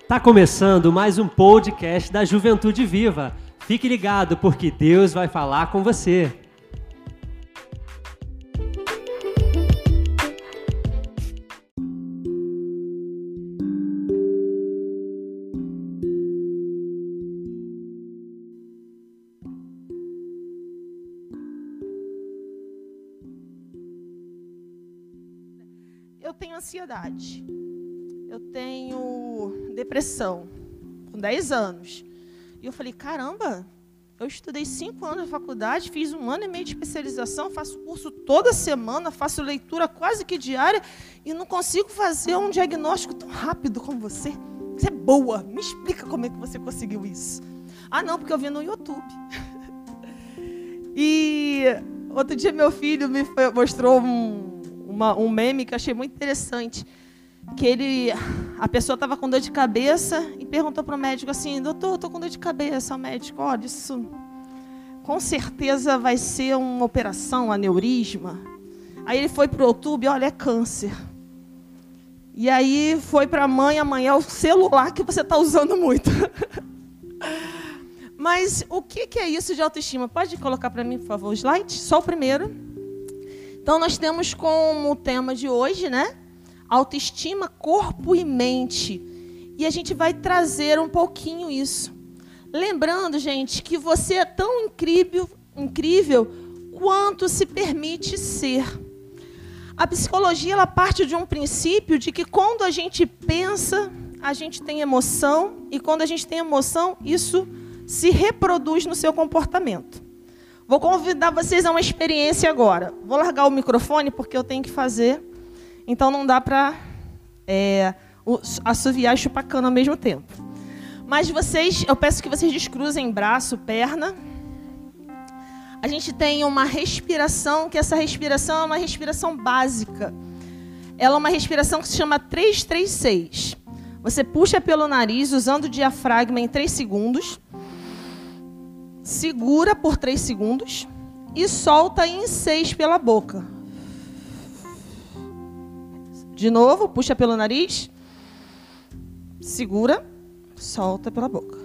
Tá começando mais um podcast da Juventude Viva. Fique ligado, porque Deus vai falar com você. Eu tenho ansiedade. Eu tenho depressão, com 10 anos. E eu falei, caramba, eu estudei 5 anos na faculdade, fiz 1 ano e meio de especialização, faço curso toda semana, faço leitura quase que diária e não consigo fazer um diagnóstico tão rápido como você. Você é boa, me explica como é que você conseguiu isso. Ah, não, porque eu vi no YouTube. E outro dia meu filho me mostrou um meme que eu achei muito interessante. Que a pessoa estava com dor de cabeça e perguntou para o médico assim, doutor, estou com dor de cabeça. O médico, olha, isso com certeza vai ser uma operação, um aneurisma. Aí ele foi para o YouTube, olha, é câncer. E aí foi para a mãe é o celular que você está usando muito. Mas o que é isso de autoestima? Pode colocar para mim, por favor, o slide? Só o primeiro. Então nós temos como tema de hoje, né? Autoestima, corpo e mente. E a gente vai trazer um pouquinho isso. Lembrando, gente, que você é tão incrível quanto se permite ser. A psicologia ela parte de um princípio de que quando a gente pensa, a gente tem emoção. E quando a gente tem emoção, isso se reproduz no seu comportamento. Vou convidar vocês a uma experiência agora. Vou largar o microfone porque eu tenho que fazer. Então não dá para assoviar e chupar cana ao mesmo tempo. Mas eu peço que vocês descruzem braço, perna. A gente tem uma respiração, que essa respiração é uma respiração básica. Ela é uma respiração que se chama 3-3-6. Você puxa pelo nariz, usando o diafragma em 3 segundos. Segura por 3 segundos. E solta em 6 pela boca. De novo, puxa pelo nariz, segura, solta pela boca.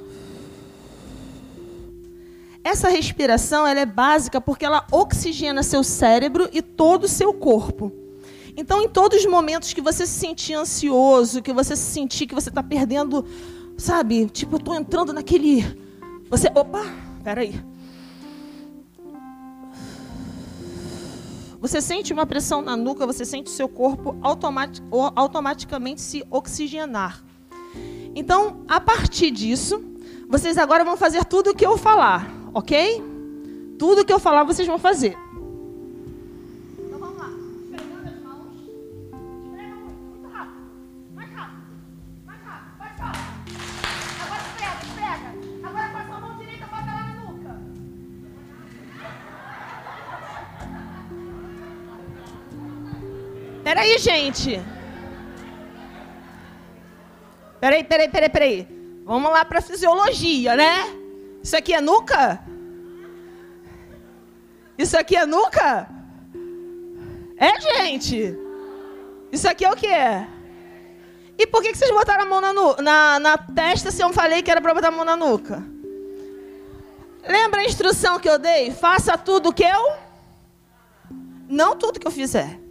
Essa respiração ela é básica porque ela oxigena seu cérebro e todo o seu corpo. Então, em todos os momentos que você se sentir ansioso, que você se sentir que você está perdendo, sabe? Tipo, eu estou entrando naquele... Opa, peraí. Você sente uma pressão na nuca, você sente o seu corpo automaticamente se oxigenar. Então, a partir disso, vocês agora vão fazer tudo o que eu falar, ok? Tudo o que eu falar, vocês vão fazer. Então, vamos lá. Esfregando as mãos. Esfrega muito rápido. Mais rápido. Mais rápido. Vai só. Agora esfrega. Agora com a sua mão direita, bota lá na nuca. Peraí, gente. Peraí. Vamos lá para a fisiologia, né? Isso aqui é nuca? Isso aqui é nuca? É, gente? Isso aqui é o quê? E por que vocês botaram a mão na testa se eu falei que era para botar a mão na nuca? Lembra a instrução que eu dei? Faça tudo que eu... Não tudo que eu fizer.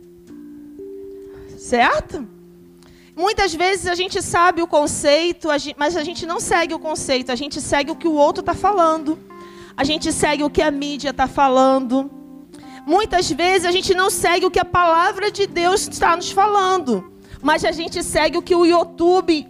Certo? Muitas vezes a gente sabe o conceito, mas a gente não segue o conceito. A gente segue o que o outro está falando. A gente segue o que a mídia está falando. Muitas vezes a gente não segue o que a palavra de Deus está nos falando. Mas a gente segue o que o YouTube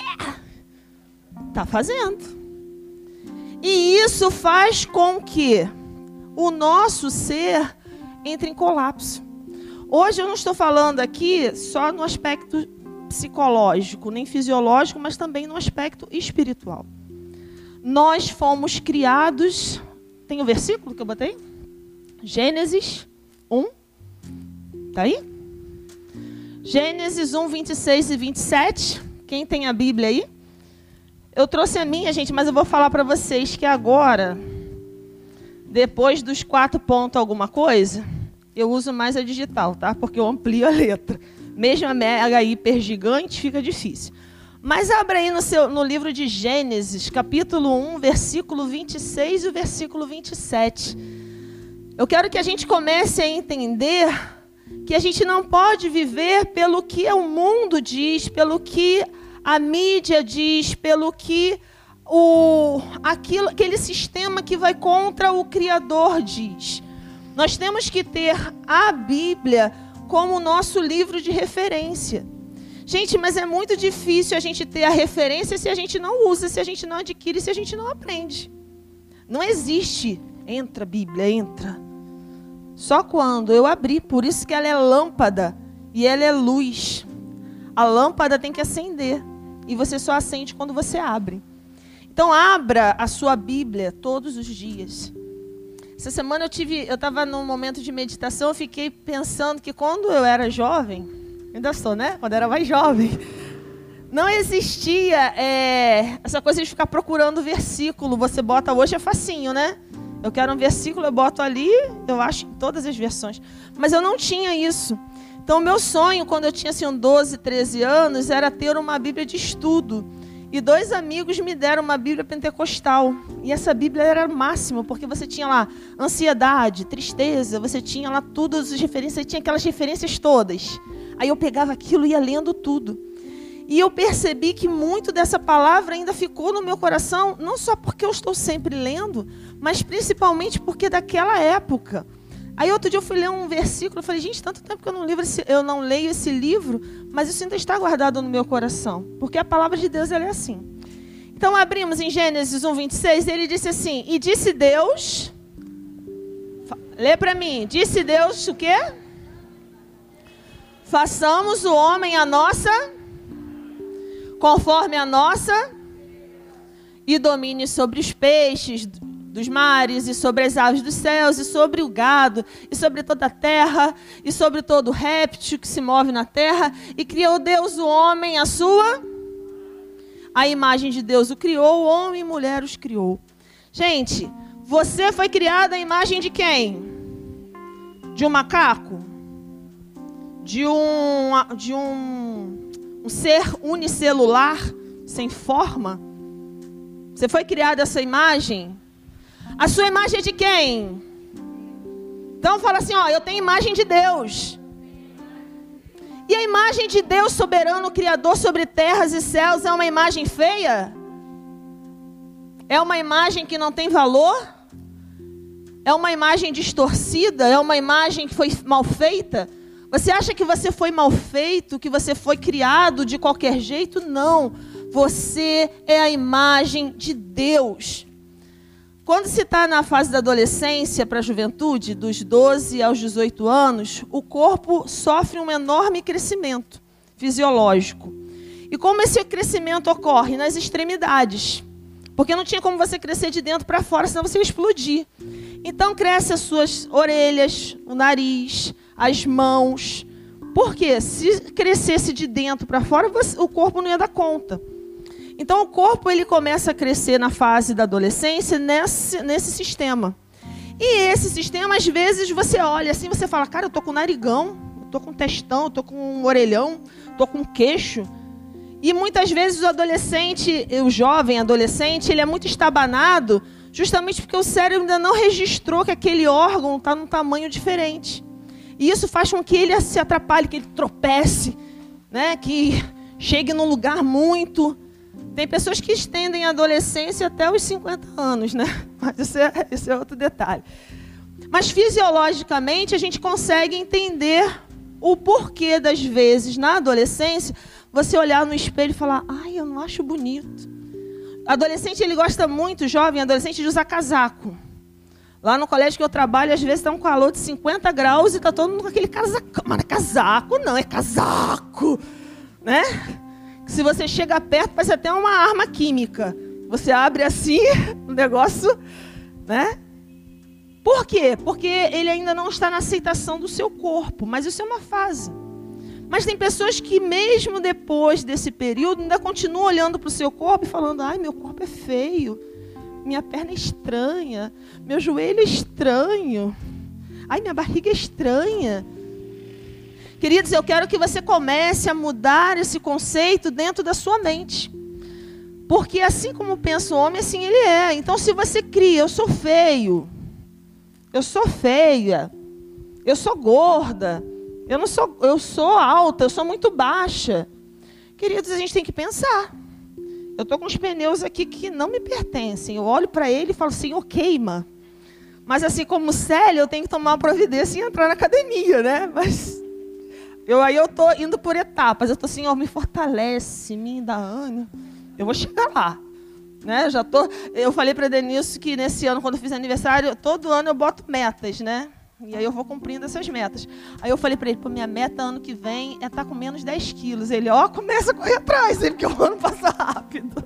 está fazendo. E isso faz com que o nosso ser entre em colapso. Hoje eu não estou falando aqui só no aspecto psicológico, nem fisiológico, mas também no aspecto espiritual. Nós fomos criados... Tem o versículo que eu botei? Gênesis 1. Tá aí? Gênesis 1, 26 e 27. Quem tem a Bíblia aí? Eu trouxe a minha, gente, mas eu vou falar para vocês que agora, depois dos 4 pontos alguma coisa... Eu uso mais a digital, tá? Porque eu amplio a letra. Mesmo a mega hiper gigante fica difícil. Mas abra aí no livro de Gênesis, capítulo 1, versículo 26 e o versículo 27. Eu quero que a gente comece a entender que a gente não pode viver pelo que o mundo diz, pelo que a mídia diz, pelo que aquele sistema que vai contra o Criador diz. Nós temos que ter a Bíblia como nosso livro de referência. Gente, mas é muito difícil a gente ter a referência se a gente não usa, se a gente não adquire, se a gente não aprende. Não existe, entra Bíblia, entra. Só quando eu abrir, por isso que ela é lâmpada e ela é luz. A lâmpada tem que acender e você só acende quando você abre. Então abra a sua Bíblia todos os dias. Essa semana eu estava num momento de meditação, eu fiquei pensando que quando eu era jovem, ainda sou, né? Quando eu era mais jovem, não existia essa coisa de ficar procurando versículo. Você bota, hoje é facinho, né? Eu quero um versículo, eu boto ali, eu acho em todas as versões. Mas eu não tinha isso. Então, o meu sonho, quando eu tinha assim, 12, 13 anos, era ter uma Bíblia de estudo. E 2 amigos me deram uma Bíblia pentecostal. E essa Bíblia era o máximo, porque você tinha lá ansiedade, tristeza, você tinha lá todas as referências, você tinha aquelas referências todas. Aí eu pegava aquilo e ia lendo tudo. E eu percebi que muito dessa palavra ainda ficou no meu coração, não só porque eu estou sempre lendo, mas principalmente porque daquela época. Aí outro dia eu fui ler um versículo, eu falei, gente, tanto tempo que eu não leio esse livro, mas isso ainda está guardado no meu coração, porque a palavra de Deus ela é assim. Então abrimos em Gênesis 1:26, ele disse assim, e disse Deus, lê para mim, disse Deus o quê? Façamos o homem a nossa, conforme a nossa, e domine sobre os peixes dos mares, e sobre as aves dos céus, e sobre o gado, e sobre toda a terra, e sobre todo réptil que se move na terra. E criou Deus o homem, a imagem de Deus o criou, homem e mulher os criou. Gente, você foi criado à imagem de quem? De um macaco? De um ser unicelular, sem forma? Você foi criado essa imagem? A sua imagem é de quem? Então fala assim, ó, eu tenho imagem de Deus. E a imagem de Deus soberano, criador sobre terras e céus, é uma imagem feia? É uma imagem que não tem valor? É uma imagem distorcida? É uma imagem que foi mal feita? Você acha que você foi mal feito, que você foi criado de qualquer jeito? Não. Você é a imagem de Deus. Quando se está na fase da adolescência para a juventude, dos 12 aos 18 anos, o corpo sofre um enorme crescimento fisiológico. E como esse crescimento ocorre? Nas extremidades. Porque não tinha como você crescer de dentro para fora, senão você ia explodir. Então cresce as suas orelhas, o nariz, as mãos. Por quê? Se crescesse de dentro para fora, o corpo não ia dar conta. Então o corpo ele começa a crescer na fase da adolescência nesse sistema. E esse sistema, às vezes, você olha assim, você fala, cara, eu tô com narigão, eu tô com testão, eu tô com um orelhão, eu tô com queixo. E muitas vezes o adolescente, o jovem adolescente, ele é muito estabanado, justamente porque o cérebro ainda não registrou que aquele órgão está num tamanho diferente. E isso faz com que ele se atrapalhe, que ele tropece, né? Que chegue num lugar muito... Tem pessoas que estendem a adolescência até os 50 anos, né? Mas esse é outro detalhe. Mas fisiologicamente a gente consegue entender o porquê das vezes na adolescência você olhar no espelho e falar, ai, eu não acho bonito. Adolescente, ele gosta muito, jovem adolescente, de usar casaco. Lá no colégio que eu trabalho, às vezes está um calor de 50 graus e está todo mundo com aquele casaco. Mas não é casaco, não, é casaco, né? Se você chega perto, parece até uma arma química. Você abre assim, o negócio, né? Por quê? Porque ele ainda não está na aceitação do seu corpo. Mas isso é uma fase. Mas tem pessoas que mesmo depois desse período, ainda continuam olhando para o seu corpo e falando, ai, meu corpo é feio. Minha perna é estranha. Meu joelho é estranho. Ai, minha barriga é estranha. Queridos, eu quero que você comece a mudar esse conceito dentro da sua mente. Porque assim como pensa o homem, assim ele é. Então, se você cria, eu sou feio, eu sou feia, eu sou gorda, eu sou alta, eu sou muito baixa. Queridos, a gente tem que pensar. Eu estou com os pneus aqui que não me pertencem. Eu olho para ele e falo, Senhor, queima. Mas assim como Célia, eu tenho que tomar uma providência e entrar na academia, né? Mas eu estou indo por etapas. Eu estou, Senhor, me fortalece, me dá ânimo. Eu vou chegar lá. Né? Eu falei para Denilson que nesse ano, quando eu fiz aniversário, todo ano eu boto metas, né? E aí eu vou cumprindo essas metas. Aí eu falei para ele, minha meta ano que vem é estar com menos 10 quilos. Ele, começa a correr atrás, porque o ano passa rápido.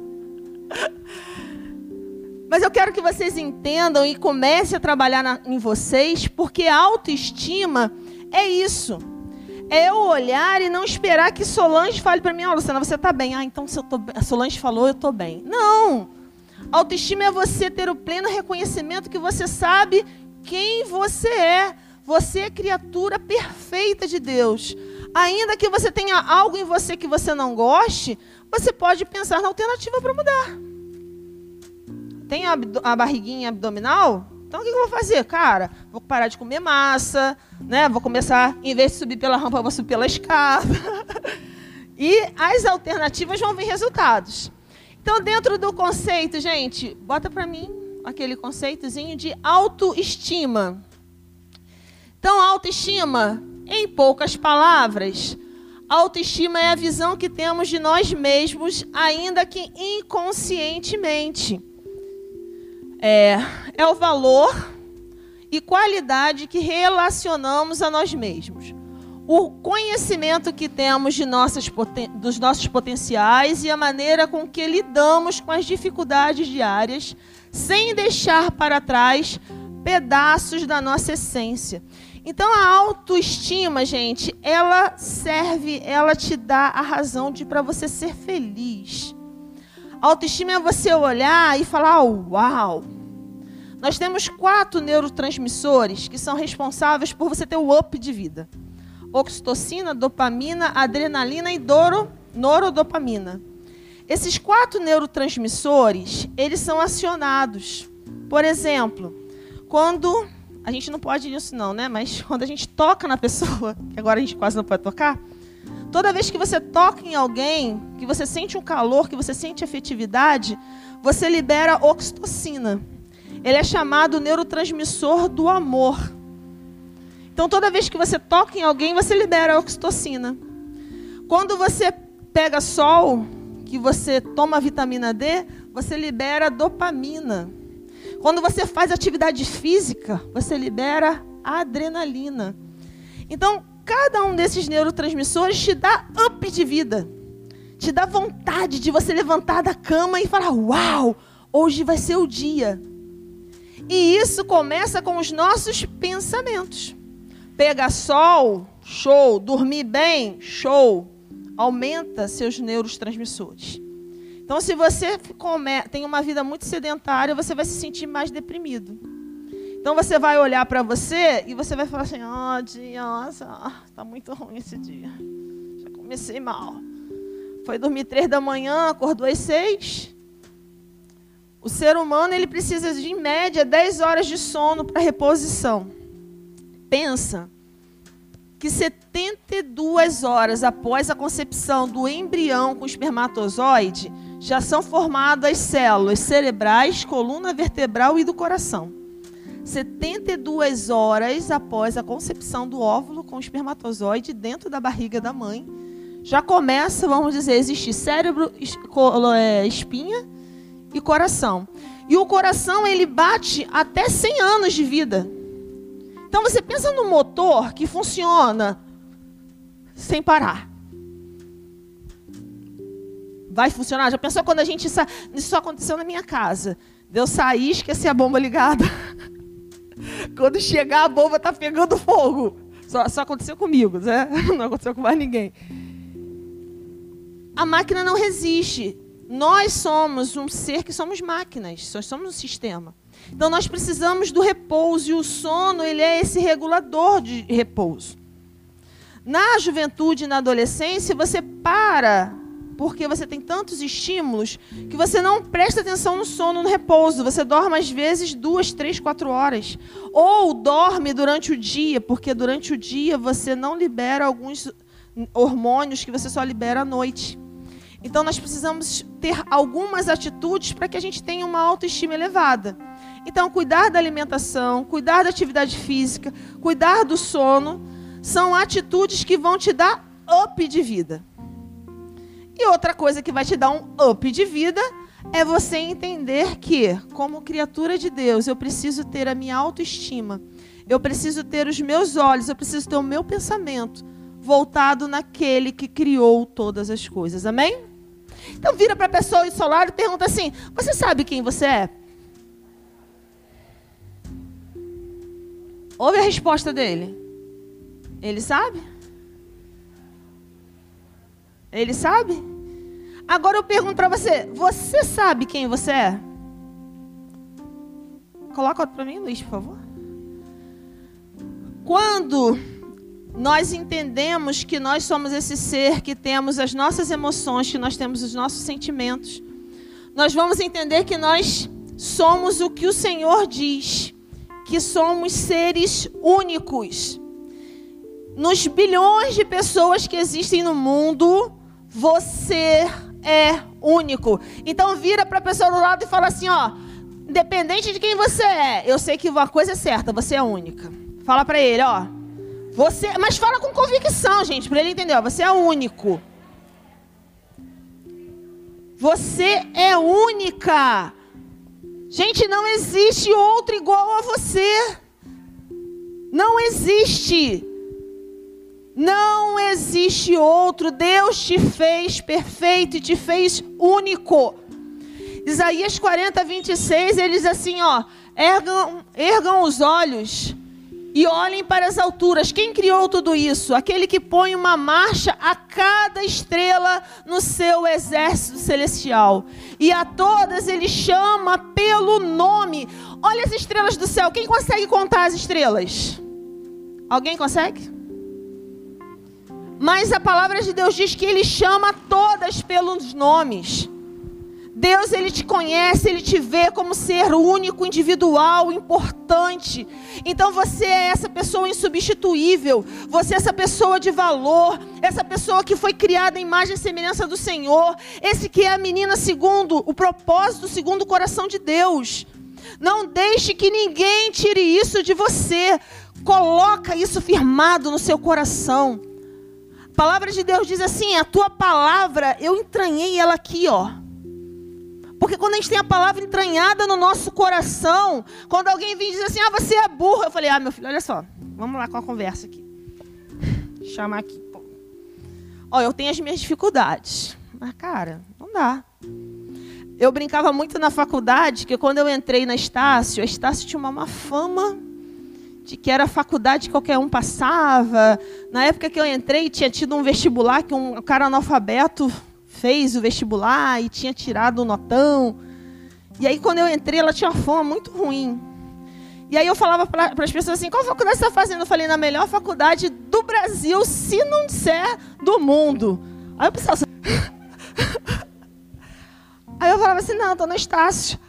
Mas eu quero que vocês entendam e comecem a trabalhar em vocês, porque a autoestima é isso. É eu olhar e não esperar que Solange fale para mim, Luciana, você está bem. Então se a Solange falou, eu estou bem. Não! Autoestima é você ter o pleno reconhecimento que você sabe quem você é. Você é criatura perfeita de Deus. Ainda que você tenha algo em você que você não goste, você pode pensar na alternativa para mudar. Tem a barriguinha abdominal? Então, o que eu vou fazer? Cara, vou parar de comer massa, né? Vou começar, em vez de subir pela rampa, eu vou subir pela escada. E as alternativas vão vir resultados. Então, dentro do conceito, gente, bota para mim aquele conceitozinho de autoestima. Então, autoestima, em poucas palavras, autoestima é a visão que temos de nós mesmos, ainda que inconscientemente. É o valor e qualidade que relacionamos a nós mesmos. O conhecimento que temos dos nossos potenciais e a maneira com que lidamos com as dificuldades diárias, sem deixar para trás pedaços da nossa essência. Então, a autoestima, gente, ela te dá a razão para você ser feliz. A autoestima é você olhar e falar, uau! Nós temos 4 neurotransmissores que são responsáveis por você ter o up de vida. Oxitocina, dopamina, adrenalina e noradopamina. Esses 4 neurotransmissores, eles são acionados. Por exemplo, quando... A gente não pode isso não, né? Mas quando a gente toca na pessoa, que agora a gente quase não pode tocar, toda vez que você toca em alguém, que você sente um calor, que você sente afetividade, você libera oxitocina. Ele é chamado neurotransmissor do amor. Então, toda vez que você toca em alguém, você libera oxitocina. Quando você pega sol, que você toma vitamina D, você libera dopamina. Quando você faz atividade física, você libera adrenalina. Então, cada um desses neurotransmissores te dá up de vida. Te dá vontade de você levantar da cama e falar, uau, hoje vai ser o dia. E isso começa com os nossos pensamentos. Pegar sol, show. Dormir bem, show. Aumenta seus neurotransmissores. Então, se você tem uma vida muito sedentária, você vai se sentir mais deprimido. Então, você vai olhar para você e você vai falar assim, nossa, está muito ruim esse dia. Já comecei mal. Foi dormir 3 da manhã, acordou às 6. O ser humano ele precisa de, em média, 10 horas de sono para reposição. Pensa que 72 horas após a concepção do embrião com espermatozoide, já são formadas as células cerebrais, coluna vertebral e do coração. 72 horas após a concepção do óvulo com espermatozoide dentro da barriga da mãe, já começa, vamos dizer, a existir cérebro, espinha e coração. E o coração, ele bate até 100 anos de vida. Então, você pensa no motor que funciona sem parar. Vai funcionar? Já pensou quando a gente... Isso só aconteceu na minha casa. Eu saí e esqueci a bomba ligada. Quando chegar, a bomba está pegando fogo. Só aconteceu comigo, né? Não aconteceu com mais ninguém. A máquina não resiste. Nós somos um ser que somos máquinas. Nós somos um sistema. Então, nós precisamos do repouso. E o sono, ele é esse regulador de repouso. Na juventude e na adolescência, você para, porque você tem tantos estímulos, que você não presta atenção no sono, no repouso. Você dorme, às vezes, 2, 3, 4 horas. Ou dorme durante o dia, porque durante o dia você não libera alguns hormônios que você só libera à noite. Então, nós precisamos ter algumas atitudes para que a gente tenha uma autoestima elevada. Então, cuidar da alimentação, cuidar da atividade física, cuidar do sono, são atitudes que vão te dar up de vida. E outra coisa que vai te dar um up de vida é você entender que, como criatura de Deus, eu preciso ter a minha autoestima, eu preciso ter os meus olhos, eu preciso ter o meu pensamento voltado naquele que criou todas as coisas. Amém? Então vira para a pessoa do seu lado e pergunta assim: você sabe quem você é? Ouve a resposta dele. Ele sabe? Ele sabe? Agora eu pergunto para você: você sabe quem você é? Coloca outro para mim, Luiz, por favor. Quando nós entendemos que nós somos esse ser, que temos as nossas emoções, que nós temos os nossos sentimentos, nós vamos entender que nós somos o que o Senhor diz, que somos seres únicos. Nos bilhões de pessoas que existem no mundo, você é único. Então vira para a pessoa do lado e fala assim, ó: independente de quem você é, eu sei que uma coisa é certa, você é única. Fala para ele, ó. Você, mas fala com convicção, gente, para ele entender, ó, você é único. Você é única. Gente, não existe outro igual a você. Não existe. Não existe outro. Deus te fez perfeito e te fez único. Isaías 40, 26, ele diz assim, ó: ergam os olhos e olhem para as alturas. Quem criou tudo isso? Aquele que põe uma marcha a cada estrela no seu exército celestial. E a todas ele chama pelo nome. Olha as estrelas do céu. Quem consegue contar as estrelas? Alguém consegue? Mas a palavra de Deus diz que ele chama todas pelos nomes. Deus, ele te conhece, ele te vê como ser único, individual, importante. Então você é essa pessoa insubstituível. Você é essa pessoa de valor. Essa pessoa que foi criada à imagem e semelhança do Senhor. Esse que é a menina segundo o propósito, segundo o coração de Deus. Não deixe que ninguém tire isso de você. Coloca isso firmado no seu coração. A palavra de Deus diz assim: a tua palavra, eu entranhei ela aqui, ó. Porque quando a gente tem a palavra entranhada no nosso coração, quando alguém vem e diz assim, ah, você é burro, eu falei, ah, meu filho, olha só, vamos lá com a conversa aqui. Chamar aqui. Pô. Ó, eu tenho as minhas dificuldades, mas, cara, não dá. Eu brincava muito na faculdade, que quando eu entrei na Estácio, a Estácio tinha uma má fama de que era faculdade que qualquer um passava. Na época que eu entrei, tinha tido um vestibular que um cara analfabeto fez o vestibular e tinha tirado um notão. E aí, quando eu entrei, ela tinha uma fama muito ruim. E aí eu falava para as pessoas assim, qual faculdade você está fazendo? Eu falei, na melhor faculdade do Brasil, se não disser do mundo. Aí eu pensava assim... Aí eu falava assim, não, estou no Estácio.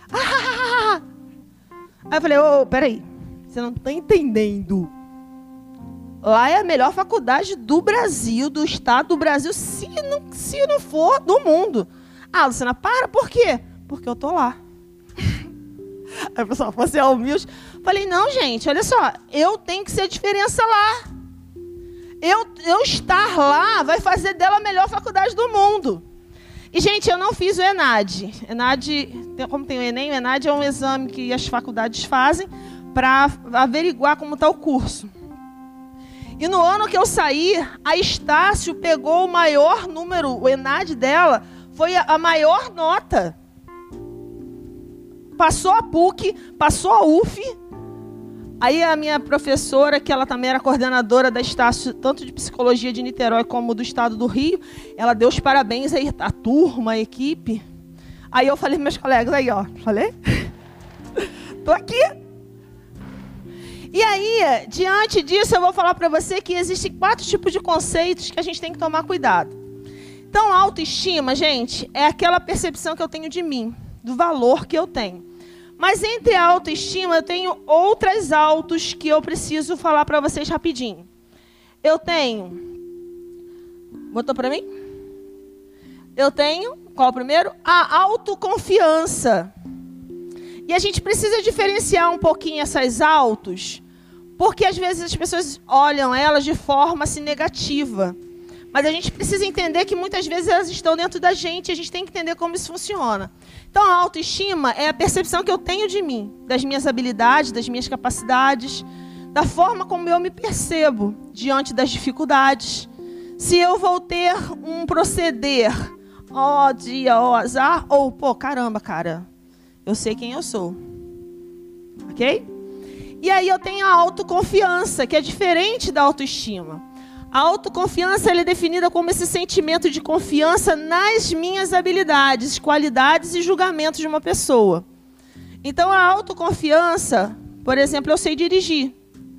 Aí eu falei, ô, peraí, você não está entendendo. Lá é a melhor faculdade do Brasil, do estado do Brasil, se não for do mundo. Ah, Luciana, para, por quê? Porque eu tô lá. Aí o pessoal, você é humilde? Falei, não, gente, olha só, eu tenho que ser a diferença lá. Eu estar lá vai fazer dela a melhor faculdade do mundo. E, gente, eu não fiz o ENAD. ENAD, como tem o Enem, o ENAD é um exame que as faculdades fazem para averiguar como está o curso. E no ano que eu saí, a Estácio pegou o maior número, o ENAD dela foi a maior nota. Passou a PUC, passou a UF. Aí a minha professora, que ela também era coordenadora da Estácio, tanto de psicologia de Niterói como do estado do Rio, ela deu os parabéns aí, a turma, a equipe. Aí eu falei para meus colegas, aí ó, falei, tô aqui. E aí, diante disso, eu vou falar para você que existem 4 tipos de conceitos que a gente tem que tomar cuidado. Então, a autoestima, gente, é aquela percepção que eu tenho de mim, do valor que eu tenho. Mas entre a autoestima, eu tenho outras autos que eu preciso falar para vocês rapidinho. Eu tenho... Botou para mim? Eu tenho, qual o primeiro? A autoconfiança. E a gente precisa diferenciar um pouquinho essas autos, porque às vezes as pessoas olham elas de forma assim, negativa. Mas a gente precisa entender que muitas vezes elas estão dentro da gente e a gente tem que entender como isso funciona. Então a autoestima é a percepção que eu tenho de mim, das minhas habilidades, das minhas capacidades, da forma como eu me percebo diante das dificuldades. Se eu vou ter um proceder, ó dia, ó azar, ou pô, caramba, cara, eu sei quem eu sou. Ok? E aí eu tenho a autoconfiança, que é diferente da autoestima. A autoconfiança ela é definida como esse sentimento de confiança nas minhas habilidades, qualidades e julgamentos de uma pessoa. Então, a autoconfiança, por exemplo, eu sei dirigir.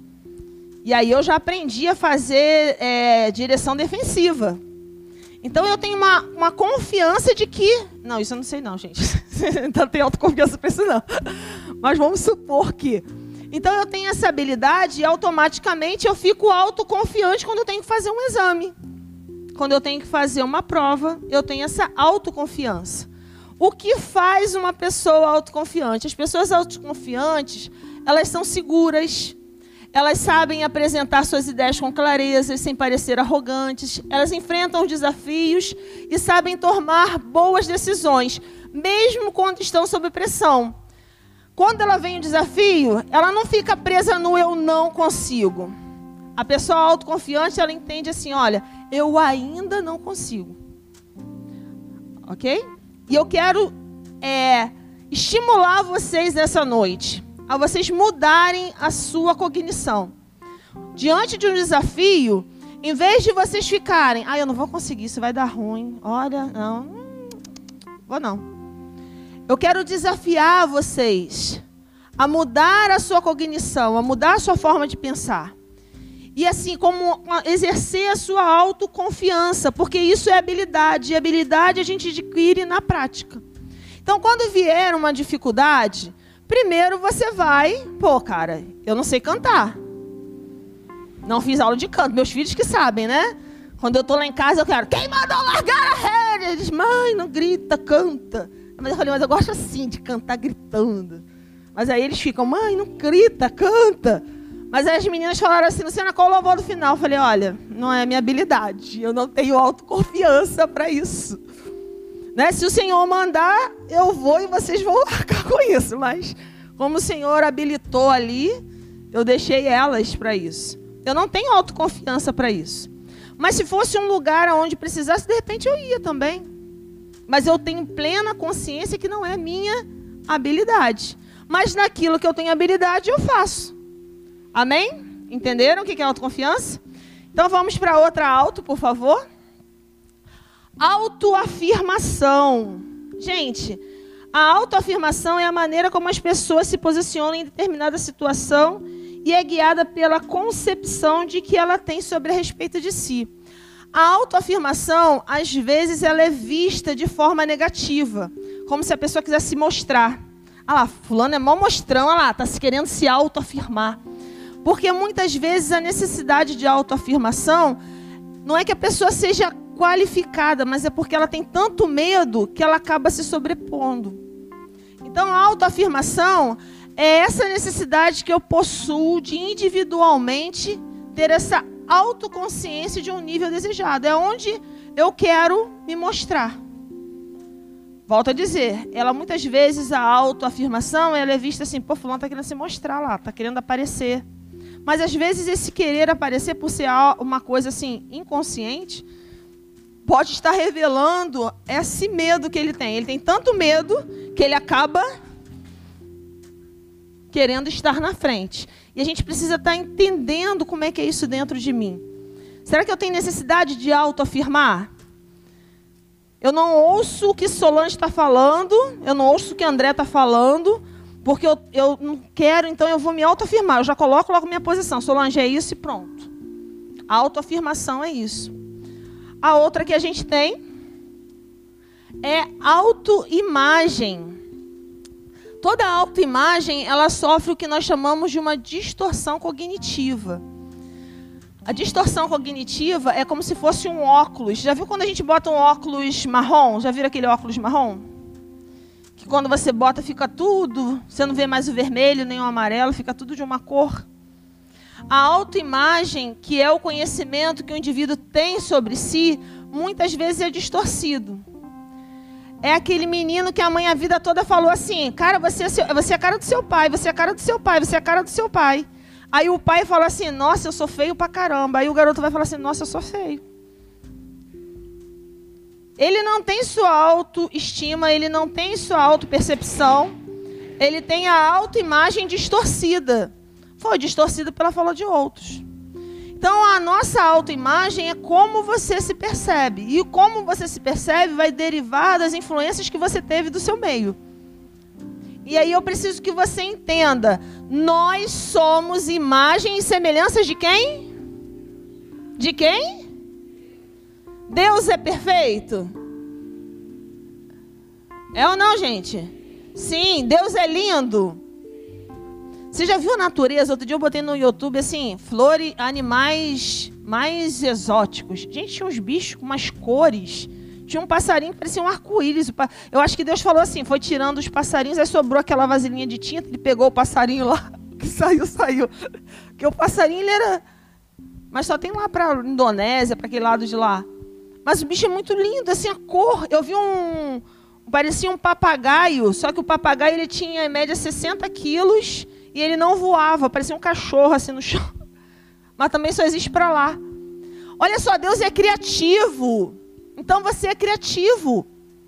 E aí eu já aprendi a fazer direção defensiva. Então, eu tenho uma confiança de que... Não, isso eu não sei não, gente. Não tenho autoconfiança para isso não. Mas vamos supor que... Então, eu tenho essa habilidade e automaticamente eu fico autoconfiante quando eu tenho que fazer um exame. Quando eu tenho que fazer uma prova, eu tenho essa autoconfiança. O que faz uma pessoa autoconfiante? As pessoas autoconfiantes, elas são seguras, elas sabem apresentar suas ideias com clareza, sem parecer arrogantes, elas enfrentam os desafios e sabem tomar boas decisões, mesmo quando estão sob pressão. Quando ela vem o desafio, ela não fica presa no eu não consigo. A pessoa autoconfiante, ela entende assim, olha, eu ainda não consigo. Ok? E eu quero estimular vocês nessa noite, a vocês mudarem a sua cognição. Diante de um desafio, em vez de vocês ficarem, eu não vou conseguir, isso vai dar ruim, olha, não, vou não. Eu quero desafiar vocês a mudar a sua cognição, a mudar a sua forma de pensar. E assim, como exercer a sua autoconfiança, porque isso é habilidade, e habilidade a gente adquire na prática. Então, quando vier uma dificuldade, primeiro você vai, cara, eu não sei cantar. Não fiz aula de canto, meus filhos que sabem, né? Quando eu estou lá em casa, eu quero, quem mandou largar a rede? Eles, mãe, não grita, canta. Mas eu falei, mas eu gosto assim, de cantar gritando. Mas aí eles ficam, mãe, não grita, canta. Mas aí as meninas falaram assim, Luciana, qual o louvor do final? Eu falei, olha, não é minha habilidade. Eu não tenho autoconfiança para isso. Né? Se o Senhor mandar, eu vou e vocês vão arcar com isso. Mas como o Senhor habilitou ali, eu deixei elas para isso. Eu não tenho autoconfiança para isso. Mas se fosse um lugar onde precisasse, de repente eu ia também. Mas eu tenho plena consciência que não é minha habilidade. Mas naquilo que eu tenho habilidade, eu faço. Amém? Entenderam o que é autoconfiança? Então vamos para outra auto, por favor. Autoafirmação. Gente, a autoafirmação é a maneira como as pessoas se posicionam em determinada situação e é guiada pela concepção de que ela tem sobre a respeito de si. A autoafirmação, às vezes, ela é vista de forma negativa, como se a pessoa quisesse se mostrar. Lá, fulano é mó mostrão, lá, está se querendo se autoafirmar. Porque muitas vezes a necessidade de autoafirmação não é que a pessoa seja qualificada, mas é porque ela tem tanto medo que ela acaba se sobrepondo. Então, a autoafirmação é essa necessidade que eu possuo de individualmente ter essa autoconsciência de um nível desejado. É onde eu quero me mostrar. Volto a dizer, ela muitas vezes, a autoafirmação, ela é vista assim, fulano está querendo se mostrar lá, está querendo aparecer. Mas às vezes esse querer aparecer, por ser uma coisa assim, inconsciente, pode estar revelando esse medo que ele tem. Ele tem tanto medo que ele acaba querendo estar na frente. E a gente precisa estar entendendo como é que é isso dentro de mim. Será que eu tenho necessidade de autoafirmar? Eu não ouço o que Solange está falando, eu não ouço o que André está falando, Porque eu não quero, então eu vou me autoafirmar. Eu já coloco logo minha posição. Solange, é isso e pronto. A autoafirmação é isso. A outra que a gente tem é autoimagem. Toda autoimagem, ela sofre o que nós chamamos de uma distorção cognitiva. A distorção cognitiva é como se fosse um óculos. Já viu quando a gente bota um óculos marrom? Já viram aquele óculos marrom? Que quando você bota fica tudo, você não vê mais o vermelho nem o amarelo, fica tudo de uma cor. A autoimagem, que é o conhecimento que o indivíduo tem sobre si, muitas vezes é distorcido. É aquele menino que a mãe a vida toda falou assim, cara, você é a cara do seu pai, você é a cara do seu pai, você é a cara do seu pai. Aí o pai fala assim, nossa, eu sou feio pra caramba. Aí o garoto vai falar assim, nossa, eu sou feio. Ele não tem sua autoestima, ele não tem sua autopercepção, ele tem a autoimagem distorcida. Foi distorcida pela fala de outros. Então, a nossa autoimagem é como você se percebe. E como você se percebe vai derivar das influências que você teve do seu meio. E aí eu preciso que você entenda. Nós somos imagem e semelhanças de quem? De quem? Deus é perfeito? É ou não, gente? Sim, Deus é lindo. Você já viu a natureza? Outro dia eu botei no YouTube assim, flores, animais mais exóticos. Gente, tinha uns bichos com umas cores. Tinha um passarinho que parecia um arco-íris. Eu acho que Deus falou assim, foi tirando os passarinhos, aí sobrou aquela vasilhinha de tinta, ele pegou o passarinho lá, que saiu. Porque o passarinho, ele era... Mas só tem lá para Indonésia, para aquele lado de lá. Mas o bicho é muito lindo, assim, a cor. Eu vi parecia um papagaio, só que o papagaio, ele tinha, em média, 60 quilos... E ele não voava, parecia um cachorro assim no chão. Mas também só existe para lá. Olha só, Deus é criativo. Então você é criativo.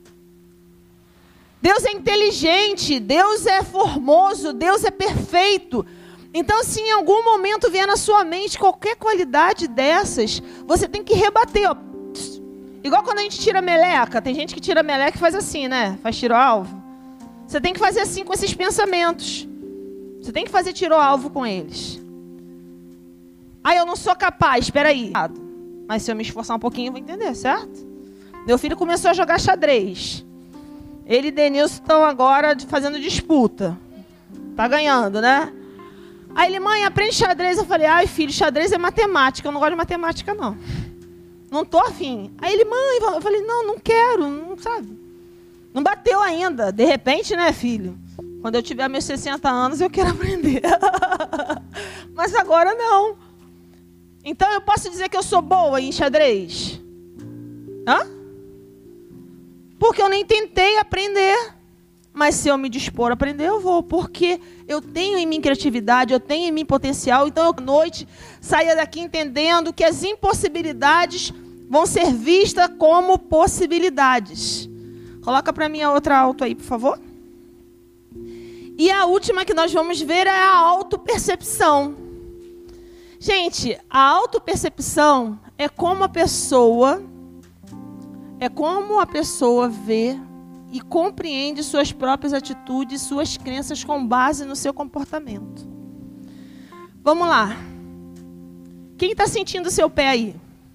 Deus é inteligente, Deus é formoso, Deus é perfeito. Então, se em algum momento vier na sua mente qualquer qualidade dessas, você tem que rebater, ó. Igual quando a gente tira meleca. Tem gente que tira meleca e faz assim, né? Faz tiro ao alvo. Você tem que fazer assim com esses pensamentos. Você tem que fazer tiro ao alvo com eles. Ah, eu não sou capaz, espera aí. Mas se eu me esforçar um pouquinho, eu vou entender, certo? Meu filho começou a jogar xadrez. Ele e Denilson estão agora fazendo disputa. Tá ganhando, né? Aí ele, mãe, aprende xadrez. Eu falei, ai filho, xadrez é matemática. Eu não gosto de matemática, não. Não tô afim. Aí ele, mãe, eu falei, não quero, não sabe. Não bateu ainda. De repente, né, filho? Quando eu tiver meus 60 anos, eu quero aprender. Mas agora não. Então, eu posso dizer que eu sou boa em xadrez? Hã? Porque eu nem tentei aprender. Mas se eu me dispor a aprender, eu vou. Porque eu tenho em mim criatividade, eu tenho em mim potencial. Então, eu, à noite, saia daqui entendendo que as impossibilidades vão ser vistas como possibilidades. Coloca para mim a outra auto aí, por favor. E a última que nós vamos ver é a autopercepção. Gente, a autopercepção é como a pessoa vê e compreende suas próprias atitudes, suas crenças com base no seu comportamento. Vamos lá. Quem está sentindo o seu pé aí?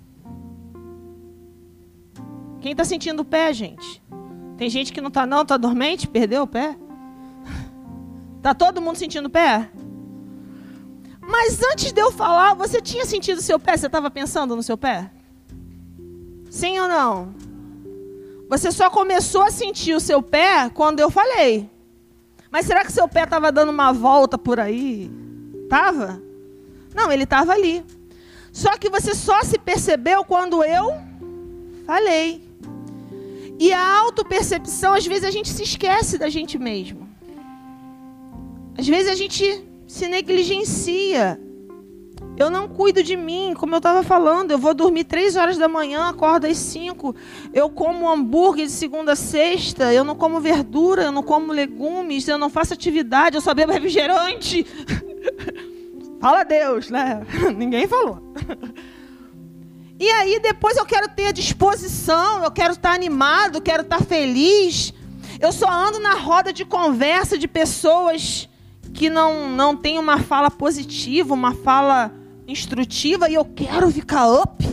Quem está sentindo o pé, gente? Tem gente que não está não, está dormente, perdeu o pé? Está todo mundo sentindo o pé? Mas antes de eu falar, você tinha sentido o seu pé? Você estava pensando no seu pé? Sim ou não? Você só começou a sentir o seu pé quando eu falei. Mas será que seu pé estava dando uma volta por aí? Estava? Não, ele estava ali. Só que você só se percebeu quando eu falei. E a autopercepção, às vezes a gente se esquece da gente mesmo. Às vezes a gente se negligencia. Eu não cuido de mim, como eu estava falando. Eu vou dormir 3 horas da manhã, acordo às 5. Eu como hambúrguer de segunda a sexta. Eu não como verdura, eu não como legumes. Eu não faço atividade, eu só bebo refrigerante. Fala Deus, né? Ninguém falou. E aí depois eu quero ter disposição, eu quero estar animado, eu quero estar feliz. Eu só ando na roda de conversa de pessoas que não têm uma fala positiva, uma fala instrutiva, e eu quero ficar up.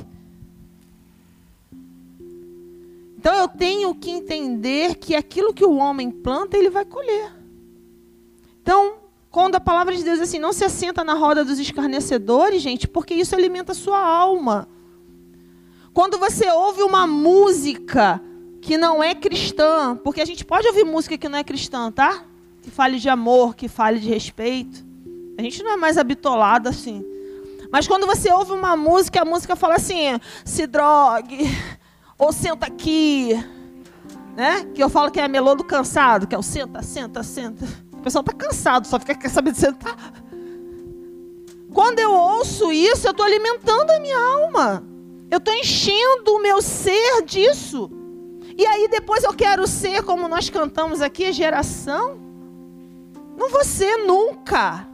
Então eu tenho que entender que aquilo que o homem planta, ele vai colher. Então, quando a palavra de Deus diz assim, não se assenta na roda dos escarnecedores, gente, porque isso alimenta a sua alma. Quando você ouve uma música que não é cristã, porque a gente pode ouvir música que não é cristã, tá? Que fale de amor, que fale de respeito. A gente não é mais habitolado assim. Mas quando você ouve uma música, a música fala assim, se drogue, ou senta aqui, né? Que eu falo que é a melô do cansado, que é o senta, senta, senta. O pessoal está cansado, só quer saber de sentar. Quando eu ouço isso, eu estou alimentando a minha alma. Eu estou enchendo o meu ser disso. E aí depois eu quero ser, como nós cantamos aqui, a geração. Não vou ser nunca.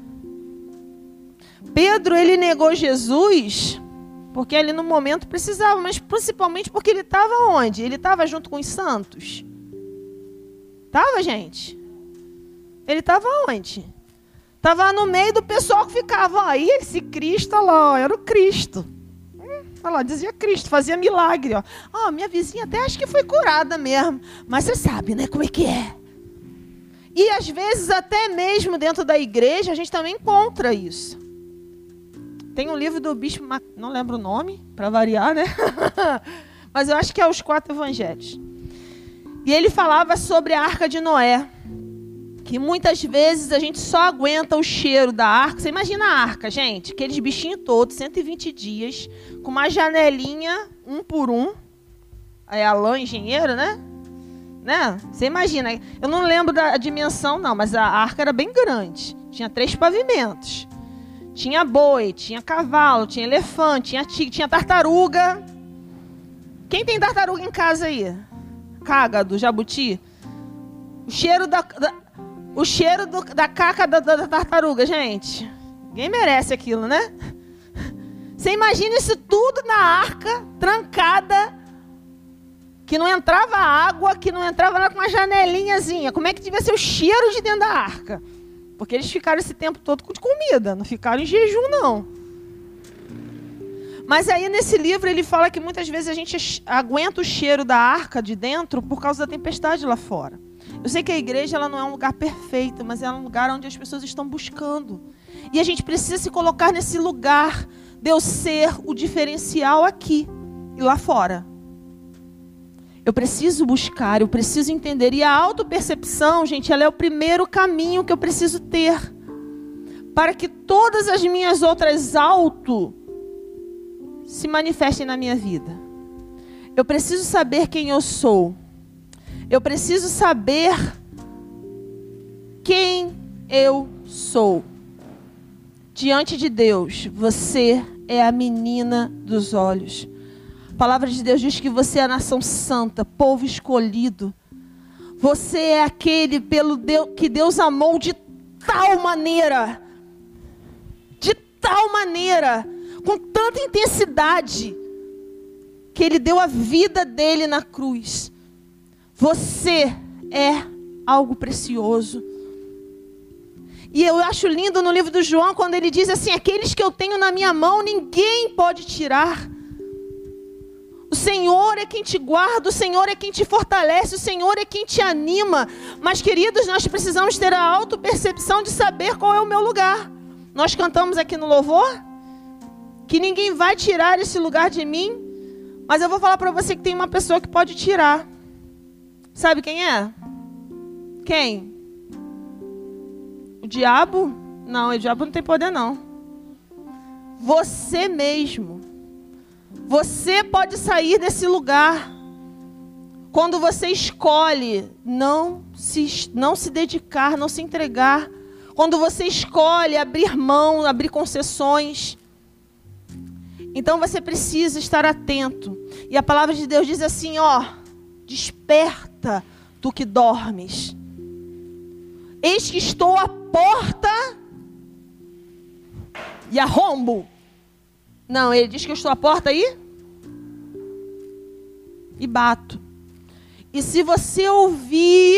Pedro, ele negou Jesus, porque ali no momento precisava, mas principalmente porque ele estava onde? Ele estava junto com os santos. Estava, gente? Ele estava onde? Estava no meio do pessoal que ficava, aí esse Cristo, olha lá, era o Cristo. Olha lá, dizia Cristo, fazia milagre. Ó, minha vizinha até acho que foi curada mesmo. Mas você sabe, né, como é que é. E às vezes até mesmo dentro da igreja a gente também encontra isso. Tem um livro do bispo, não lembro o nome, para variar, né? Mas eu acho que é os 4 evangelhos. E ele falava sobre a Arca de Noé. Que muitas vezes a gente só aguenta o cheiro da arca. Você imagina a arca, gente? Aqueles bichinhos todos, 120 dias, com uma janelinha, um por um. É Alain, engenheiro, né? Você imagina. Eu não lembro da dimensão, não, mas a arca era bem grande. Tinha 3 pavimentos. Tinha boi, tinha cavalo, tinha elefante, tinha tigre, tinha tartaruga. Quem tem tartaruga em casa aí? Cágado, jabuti? O cheiro da caca da tartaruga, gente. Ninguém merece aquilo, né? Você imagina isso tudo na arca, trancada, que não entrava água, que não entrava nada, com uma janelinhazinha. Como é que devia ser o cheiro de dentro da arca? Porque eles ficaram esse tempo todo com comida, não ficaram em jejum, não. Mas aí nesse livro ele fala que muitas vezes a gente aguenta o cheiro da arca de dentro por causa da tempestade lá fora. Eu sei que a igreja ela não é um lugar perfeito, mas é um lugar onde as pessoas estão buscando. E a gente precisa se colocar nesse lugar de eu ser o diferencial aqui e lá fora. Eu preciso buscar, eu preciso entender. E a autopercepção, gente, ela é o primeiro caminho que eu preciso ter. Para que todas as minhas outras se manifestem na minha vida. Eu preciso saber quem eu sou. Eu preciso saber quem eu sou. Diante de Deus, você é a menina dos olhos. A palavra de Deus diz que você é a nação santa, povo escolhido. Você é aquele que Deus amou de tal maneira, com tanta intensidade, que Ele deu a vida dele na cruz. Você é algo precioso. E eu acho lindo no livro do João, quando ele diz assim, aqueles que eu tenho na minha mão, ninguém pode tirar. O Senhor é quem te guarda, o Senhor é quem te fortalece, o Senhor é quem te anima. Mas, queridos, nós precisamos ter a autopercepção de saber qual é o meu lugar. Nós cantamos aqui no louvor, que ninguém vai tirar esse lugar de mim, mas eu vou falar para você que tem uma pessoa que pode tirar. Sabe quem é? Quem? O diabo? Não, o diabo não tem poder, não. Você mesmo. Você pode sair desse lugar quando você escolhe não se dedicar, não se entregar. Quando você escolhe abrir mão, abrir concessões. Então você precisa estar atento. E a palavra de Deus diz assim, desperta tu que dormes. Eis que estou à porta e arrombo. Não, ele diz que eu estou à porta aí e bato. E se você ouvir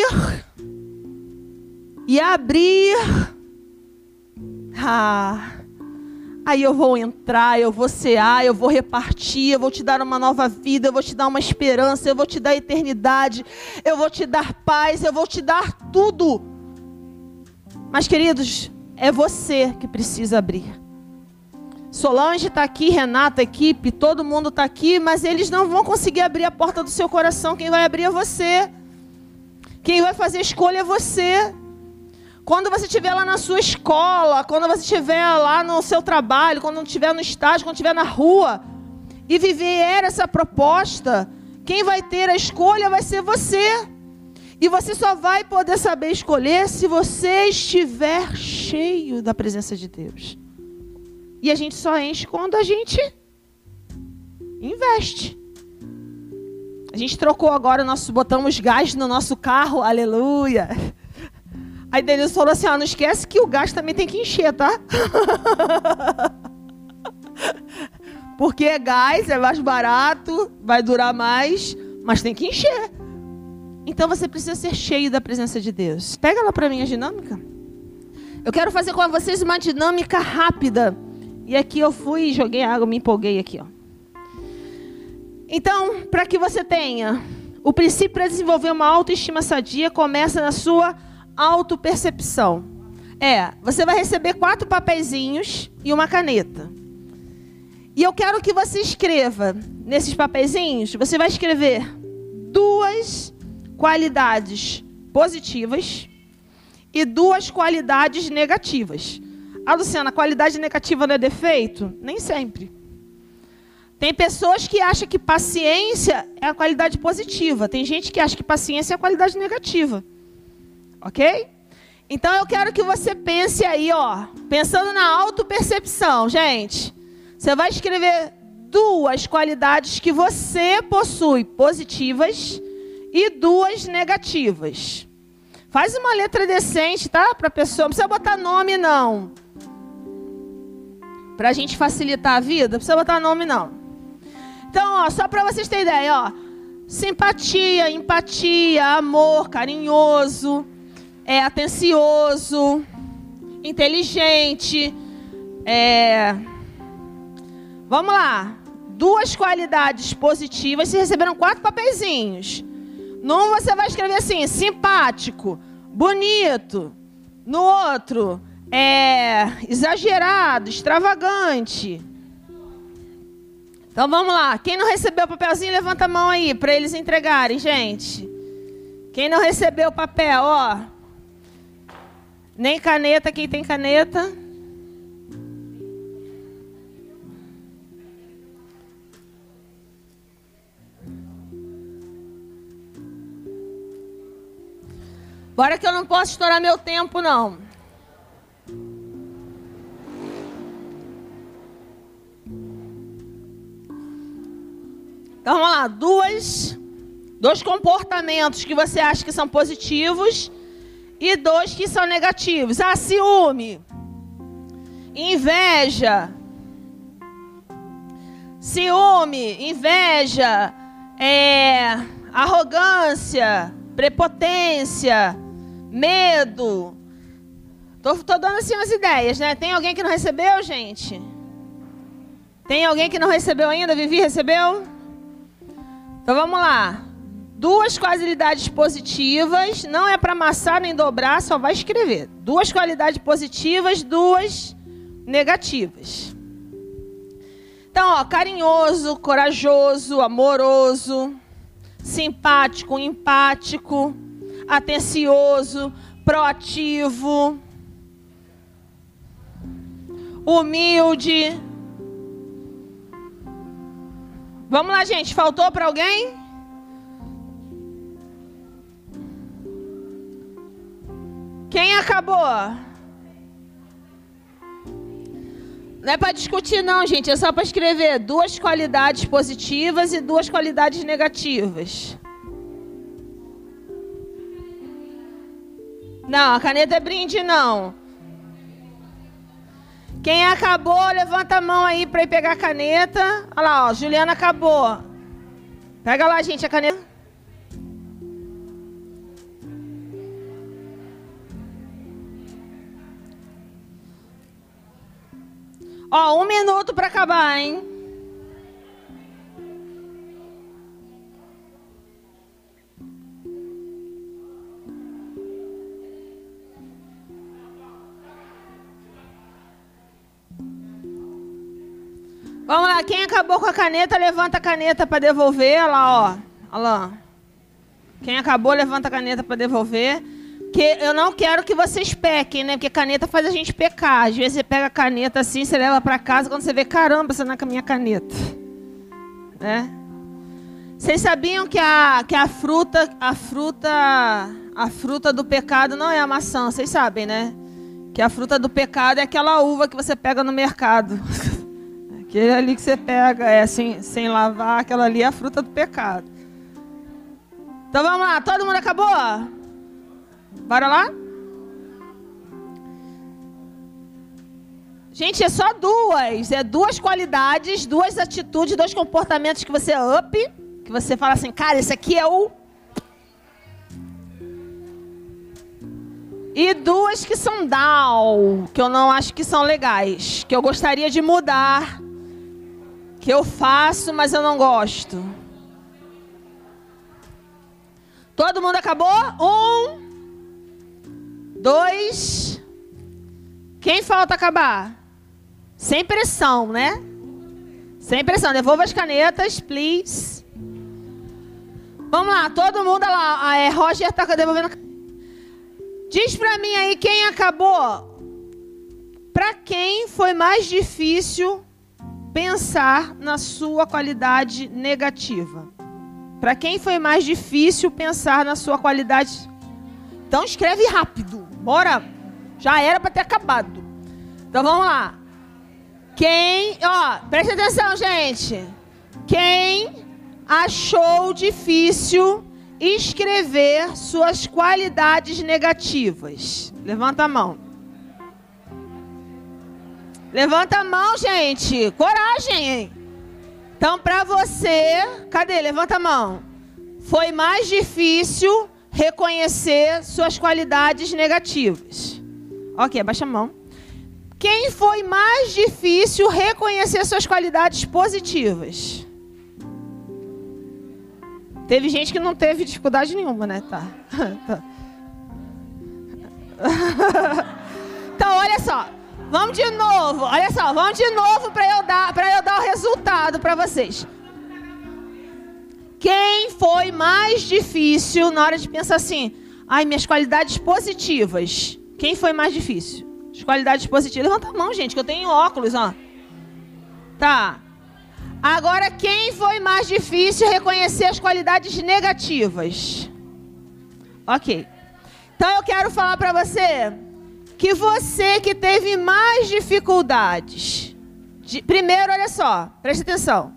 e abrir, aí eu vou entrar, eu vou cear, eu vou repartir, eu vou te dar uma nova vida, eu vou te dar uma esperança, eu vou te dar eternidade, eu vou te dar paz, eu vou te dar tudo. Mas, queridos, é você que precisa abrir. Solange está aqui, Renata, equipe, todo mundo está aqui, mas eles não vão conseguir abrir a porta do seu coração. Quem vai abrir é você. Quem vai fazer a escolha é você. Quando você estiver lá na sua escola, quando você estiver lá no seu trabalho, quando estiver no estágio, quando estiver na rua, e viver essa proposta, quem vai ter a escolha vai ser você. E você só vai poder saber escolher se você estiver cheio da presença de Deus. E a gente só enche quando a gente investe. A gente trocou agora, botamos gás no nosso carro, aleluia. Aí Denilson falou assim, não esquece que o gás também tem que encher, tá? Porque gás é mais barato, vai durar mais, mas tem que encher. Então você precisa ser cheio da presença de Deus. Pega lá para mim a dinâmica. Eu quero fazer com vocês uma dinâmica rápida. E aqui eu fui, joguei água, me empolguei aqui, ó. Então, para que você tenha o princípio para desenvolver uma autoestima sadia, começa na sua autopercepção. Você vai receber 4 papeizinhos e uma caneta. E eu quero que você escreva nesses papeizinhos, você vai escrever 2 qualidades positivas e 2 qualidades negativas. Luciana, a qualidade negativa não é defeito? Nem sempre. Tem pessoas que acham que paciência é a qualidade positiva. Tem gente que acha que paciência é a qualidade negativa. Ok? Então eu quero que você pense aí, pensando na autopercepção, gente. Você vai escrever 2 qualidades que você possui positivas e 2 negativas. Faz uma letra decente, tá? Para a pessoa. Não precisa botar nome, não. Para a gente facilitar a vida, não precisa botar nome, não. Então, só para vocês terem ideia, simpatia, empatia, amor, carinhoso, atencioso, inteligente. Vamos lá. 2 qualidades positivas, vocês receberam 4 papeizinhos. Num você vai escrever assim, simpático, bonito. No outro, exagerado, extravagante. Então vamos lá. Quem não recebeu o papelzinho, levanta a mão aí para eles entregarem, gente. Quem não recebeu o papel, nem caneta, quem tem caneta? Bora que eu não posso estourar meu tempo, não. Então, vamos lá. 2 comportamentos que você acha que são positivos e 2 que são negativos. Ciúme, inveja. Ciúme, inveja, arrogância, prepotência, medo. Tô dando assim umas ideias, né? Tem alguém que não recebeu, gente? Tem alguém que não recebeu ainda? Vivi recebeu? Então vamos lá. 2 qualidades positivas, não é para amassar nem dobrar, só vai escrever. 2 qualidades positivas, 2 negativas. Então, carinhoso, corajoso, amoroso, simpático, empático, atencioso, proativo, humilde. Vamos lá, gente. Faltou para alguém? Quem acabou? Não é para discutir, não, gente. É só para escrever 2 qualidades positivas e 2 qualidades negativas. Não, a caneta é brinde, não. Quem acabou, levanta a mão aí para ir pegar a caneta. Olha lá, Juliana acabou. Pega lá, gente, a caneta. Ó, 1 minuto para acabar, hein? Vamos lá, quem acabou com a caneta, levanta a caneta para devolver. Olha lá, ó. Olha lá. Quem acabou, levanta a caneta para devolver. Que eu não quero que vocês pequem, né? Porque caneta faz a gente pecar. Às vezes você pega a caneta assim, você leva para casa, quando você vê, caramba, você não é com a minha caneta. Né? Vocês sabiam que a fruta do pecado não é a maçã, vocês sabem, né? Que a fruta do pecado é aquela uva que você pega no mercado. Aquele ali que você pega, sem lavar, aquela ali é a fruta do pecado. Então vamos lá, todo mundo acabou? Bora lá? Gente, é só duas. É 2 qualidades, 2 atitudes, 2 comportamentos que você que você fala assim, cara, esse aqui é o... E 2 que são down, que eu não acho que são legais, que eu gostaria de mudar, que eu faço, mas eu não gosto. Todo mundo acabou? 1, 2. Quem falta acabar? Sem pressão, né? Sem pressão. Devolva as canetas, please. Vamos lá, todo mundo lá. Roger está devolvendo. Diz pra mim aí quem acabou. Pra quem foi mais difícil pensar na sua qualidade negativa? Para quem foi mais difícil pensar na sua qualidade? Então escreve rápido. Bora. Já era para ter acabado. Então vamos lá. Quem, preste atenção, gente. Quem achou difícil escrever suas qualidades negativas? Levanta a mão. Levanta a mão, gente. Coragem, hein? Então, para você, cadê? Levanta a mão. Foi mais difícil reconhecer suas qualidades negativas. Ok, abaixa a mão. Quem foi mais difícil reconhecer suas qualidades positivas? Teve gente que não teve dificuldade nenhuma, né? Tá. Então, olha só. Vamos de novo, olha só, vamos de novo para eu dar o resultado para vocês. Quem foi mais difícil na hora de pensar assim, minhas qualidades positivas? Quem foi mais difícil? As qualidades positivas. Levanta a mão, gente, que eu tenho óculos, ó. Tá. Agora, quem foi mais difícil reconhecer as qualidades negativas? Ok. Então, eu quero falar para você que você que teve mais dificuldades. Primeiro, olha só, preste atenção.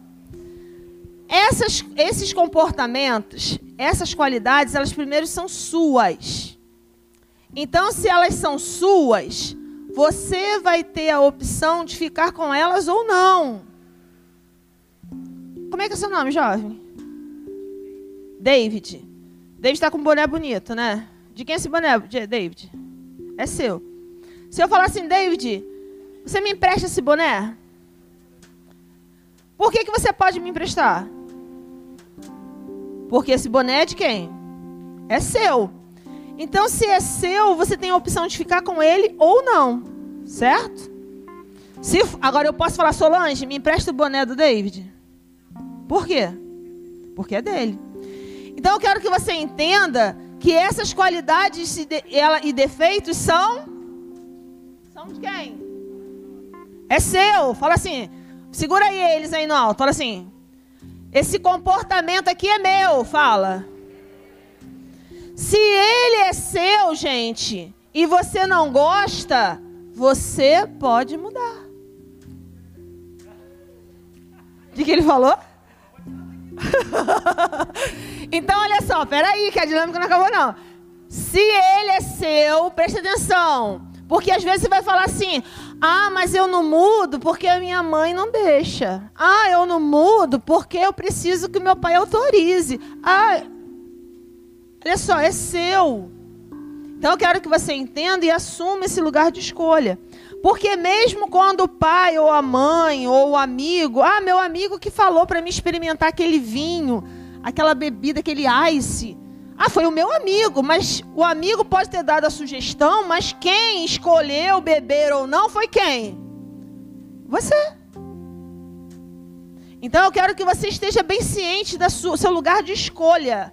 Esses comportamentos, essas qualidades, elas primeiro são suas. Então, se elas são suas, você vai ter a opção de ficar com elas ou não. Como é que é seu nome, jovem? David. David está com um boné bonito, né? De quem é esse boné, David? É seu. Se eu falar assim, David, você me empresta esse boné? Por que você pode me emprestar? Porque esse boné é de quem? É seu. Então, se é seu, você tem a opção de ficar com ele ou não. Certo? Agora eu posso falar, Solange, me empresta o boné do David? Por quê? Porque é dele. Então, eu quero que você entenda que essas qualidades e defeitos são de quem? É seu. Fala assim, segura aí eles aí no alto. Fala assim, esse comportamento aqui é meu. Fala. Se ele é seu, gente, e você não gosta, você pode mudar. De que ele falou? Então, olha só, peraí, que a dinâmica não acabou, não. Se ele é seu, preste atenção. Porque às vezes você vai falar assim, mas eu não mudo porque a minha mãe não deixa. Eu não mudo porque eu preciso que o meu pai autorize. Olha só, é seu. Então eu quero que você entenda e assuma esse lugar de escolha. Porque mesmo quando o pai ou a mãe ou o amigo, meu amigo que falou para mim experimentar aquele vinho, aquela bebida, aquele ice, foi o meu amigo, mas o amigo pode ter dado a sugestão, mas quem escolheu beber ou não foi quem? Você. Então eu quero que você esteja bem ciente do seu lugar de escolha.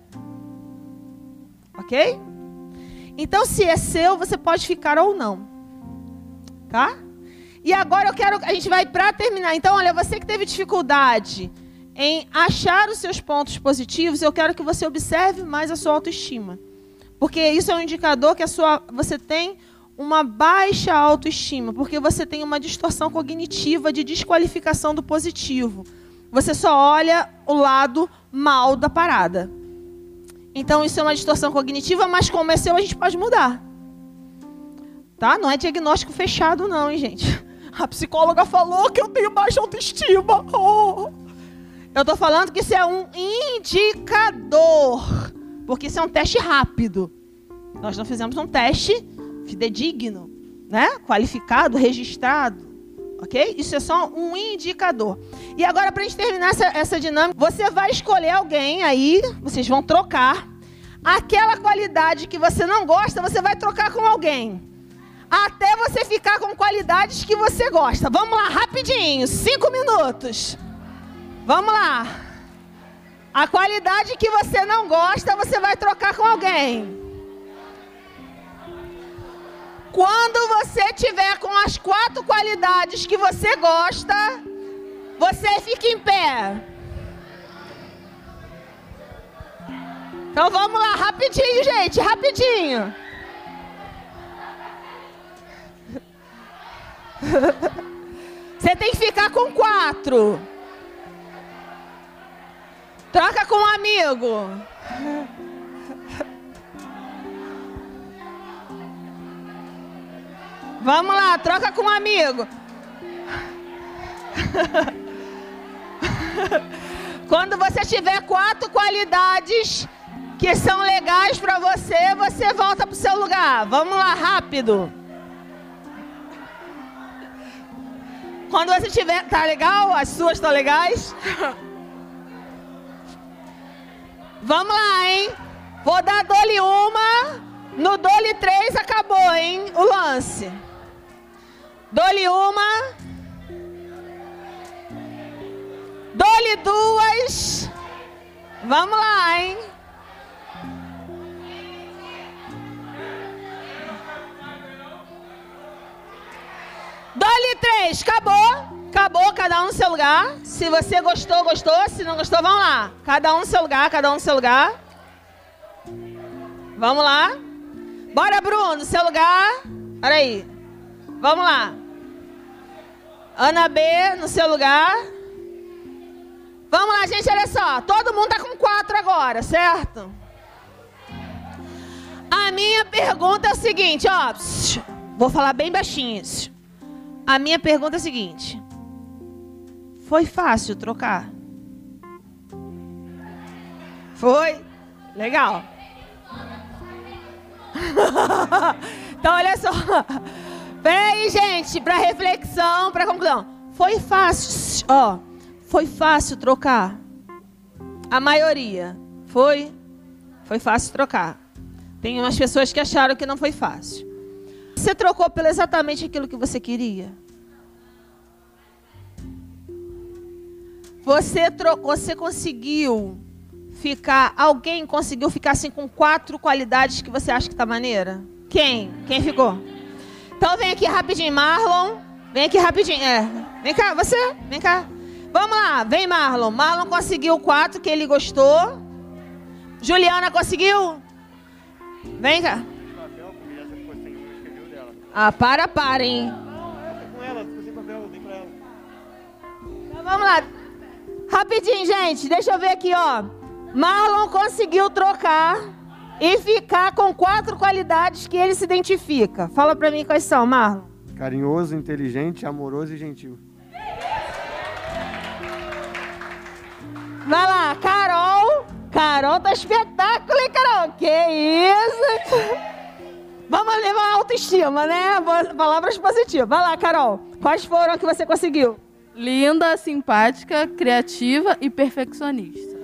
Ok? Então se é seu, você pode ficar ou não. Tá? E agora a gente vai para terminar. Então, olha, você que teve dificuldade em achar os seus pontos positivos, eu quero que você observe mais a sua autoestima. Porque isso é um indicador que você tem uma baixa autoestima, porque você tem uma distorção cognitiva de desqualificação do positivo. Você só olha o lado mal da parada. Então, isso é uma distorção cognitiva, mas como é seu, a gente pode mudar. Tá? Não é diagnóstico fechado não, hein, gente? A psicóloga falou que eu tenho baixa autoestima. Eu tô falando que isso é um indicador. Porque isso é um teste rápido. Nós não fizemos um teste fidedigno, né? Qualificado, registrado. Ok? Isso é só um indicador. E agora, para a gente terminar essa dinâmica, você vai escolher alguém aí, vocês vão trocar. Aquela qualidade que você não gosta, você vai trocar com alguém. Até você ficar com qualidades que você gosta. Vamos lá, rapidinho, 5 minutos. Vamos lá. A qualidade que você não gosta, você vai trocar com alguém. Quando você tiver com as 4 qualidades que você gosta, você fica em pé. Então vamos lá, rapidinho, gente, rapidinho. Você tem que ficar com 4. Troca com um amigo. Vamos lá, troca com um amigo. Quando você tiver 4 qualidades que são legais para você, você volta pro seu lugar. Vamos lá, rápido. Quando você tiver... Tá legal? As suas estão legais? Vamos lá, hein? Vou dar dole 1. No dole 3 acabou, hein? O lance. Dole 1. Dole 2. Vamos lá, hein? Dole 3, acabou. Acabou, cada um no seu lugar. Se você gostou, gostou. Se não gostou, vamos lá. Cada um no seu lugar, cada um no seu lugar. Vamos lá. Bora, Bruno, no seu lugar. Olha aí. Vamos lá. Ana B, no seu lugar. Vamos lá, gente, olha só. Todo mundo tá com 4 agora, certo? A minha pergunta é o seguinte, ó. Vou falar bem baixinho isso. A minha pergunta é a seguinte. Foi fácil trocar? Foi? Legal. Então, olha só. Peraí, gente, para reflexão, para conclusão. Foi fácil, ó. Foi fácil trocar? A maioria. Foi fácil trocar. Tem umas pessoas que acharam que não foi fácil. Você trocou pelo exatamente aquilo que você queria? Você conseguiu ficar... Alguém conseguiu ficar assim com 4 qualidades que você acha que tá maneira? Quem? Quem ficou? Então vem aqui rapidinho, Marlon. Vem aqui rapidinho. Vem cá, você. Vem cá. Vamos lá, vem Marlon. Marlon conseguiu 4 que ele gostou. Juliana conseguiu? Vem cá. Para, hein? Não, com ela, ficou sem papel, dei pra ela. Então vamos lá. Rapidinho, gente, deixa eu ver aqui, ó. Marlon conseguiu trocar e ficar com 4 qualidades que ele se identifica. Fala pra mim quais são, Marlon. Carinhoso, inteligente, amoroso e gentil. Vai lá, Carol. Carol tá espetáculo, hein, Carol? Que isso? autoestima, né? Palavras positivas. Vai lá, Carol. Quais foram que você conseguiu? Linda, simpática, criativa e perfeccionista.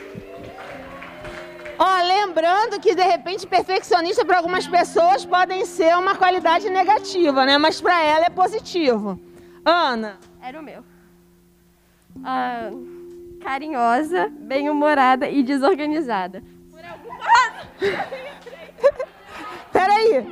Ó, lembrando que, de repente, perfeccionista para algumas pessoas podem ser uma qualidade negativa, né? Mas para ela é positivo. Ana. Era o meu. Carinhosa, bem-humorada e desorganizada. Por alguma razão. Peraí.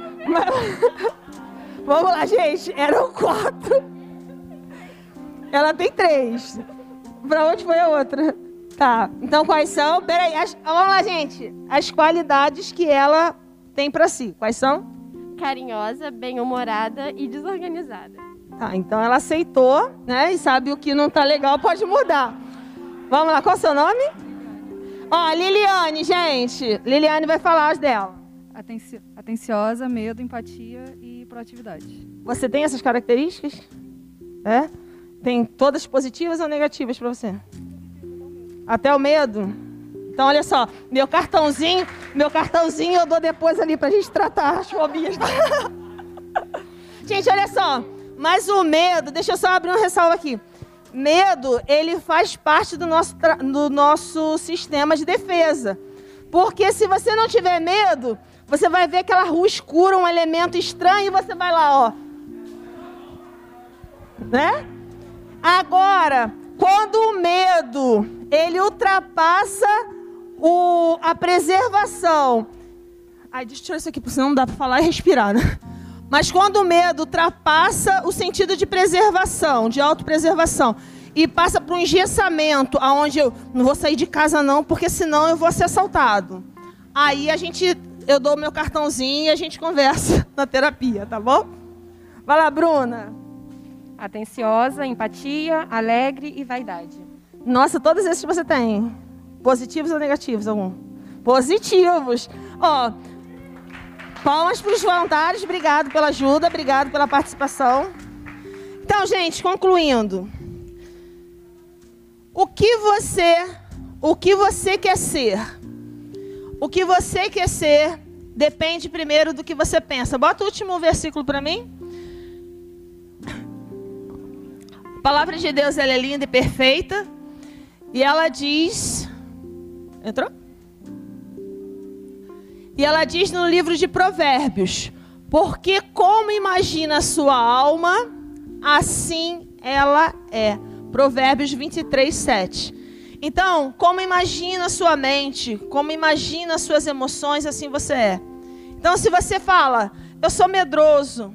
Vamos lá, gente. Eram 4. Ela tem 3. Pra onde foi a outra? Tá. Então, quais são? Peraí. Vamos lá, gente. As qualidades que ela tem pra si. Quais são? Carinhosa, bem-humorada e desorganizada. Tá. Então, ela aceitou, né? E sabe o que não tá legal, pode mudar. Vamos lá. Qual é o seu nome? Ó, Liliane, gente. Liliane vai falar as dela. Atenciosa, medo, empatia e proatividade. Você tem essas características? É? Tem todas positivas ou negativas para você? Até o medo? Então, olha só, meu cartãozinho eu dou depois ali pra gente tratar as fobias. Gente, olha só, mas o medo, deixa eu só abrir uma ressalva aqui. Medo, ele faz parte do nosso sistema de defesa. Porque se você não tiver medo, você vai ver aquela rua escura, um elemento estranho, e você vai lá, ó. Né? Agora, quando o medo, ele ultrapassa a preservação. Ai, deixa eu tirar isso aqui, porque senão não dá para falar e respirar, né? Mas quando o medo ultrapassa o sentido de preservação, de autopreservação, e passa para um engessamento, aonde eu não vou sair de casa não, porque senão eu vou ser assaltado. Aí eu dou meu cartãozinho e a gente conversa na terapia, tá bom? Vai lá, Bruna. Atenciosa, empatia, alegre e vaidade. Nossa, todos esses você tem. Positivos ou negativos? Algum? Positivos. Ó, palmas para os voluntários. Obrigado pela ajuda, obrigado pela participação. Então, gente, concluindo. O que você quer ser? O que você quer ser depende primeiro do que você pensa. Bota o último versículo para mim. A palavra de Deus, ela é linda e perfeita. E ela diz... Entrou? E ela diz no livro de Provérbios: porque como imagina a sua alma, assim ela é. Provérbios 23, 7. Então, como imagina a sua mente, como imagina as suas emoções, assim você é. Então, se você fala, eu sou medroso,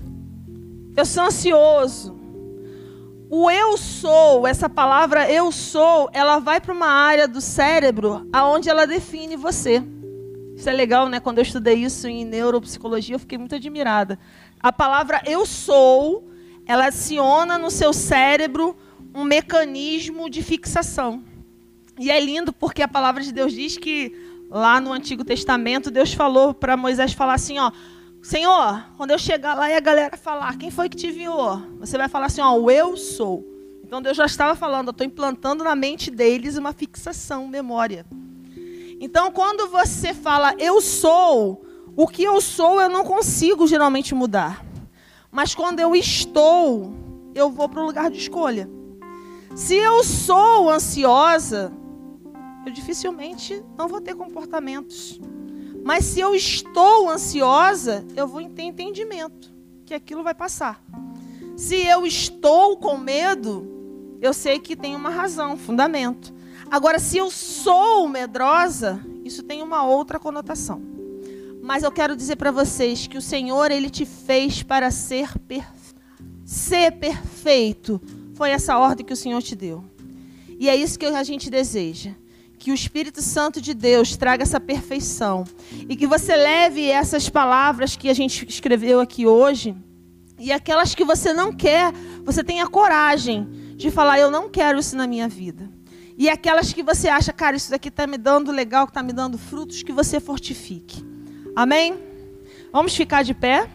eu sou ansioso, o eu sou, essa palavra eu sou, ela vai para uma área do cérebro aonde ela define você. Isso é legal, né? Quando eu estudei isso em neuropsicologia, eu fiquei muito admirada. A palavra eu sou, ela aciona no seu cérebro um mecanismo de fixação. E é lindo porque a palavra de Deus diz que lá no Antigo Testamento, Deus falou para Moisés falar assim, ó, Senhor, quando eu chegar lá e a galera falar, quem foi que te enviou? Você vai falar assim, ó, o eu sou. Então Deus já estava falando, eu estou implantando na mente deles uma fixação, memória. Então quando você fala eu sou, o que eu sou eu não consigo geralmente mudar. Mas quando eu estou, eu vou para o lugar de escolha. Se eu sou ansiosa, eu dificilmente não vou ter comportamentos. Mas se eu estou ansiosa, eu vou ter entendimento que aquilo vai passar. Se eu estou com medo, eu sei que tem uma razão, um fundamento. Agora, se eu sou medrosa, isso tem uma outra conotação. Mas eu quero dizer para vocês que o Senhor, Ele te fez para ser perfeito. Ser perfeito foi essa ordem que o Senhor te deu. E é isso que a gente deseja. Que o Espírito Santo de Deus traga essa perfeição. E que você leve essas palavras que a gente escreveu aqui hoje. E aquelas que você não quer, você tenha coragem de falar, eu não quero isso na minha vida. E aquelas que você acha, cara, isso daqui está me dando legal, que está me dando frutos, que você fortifique. Amém? Vamos ficar de pé.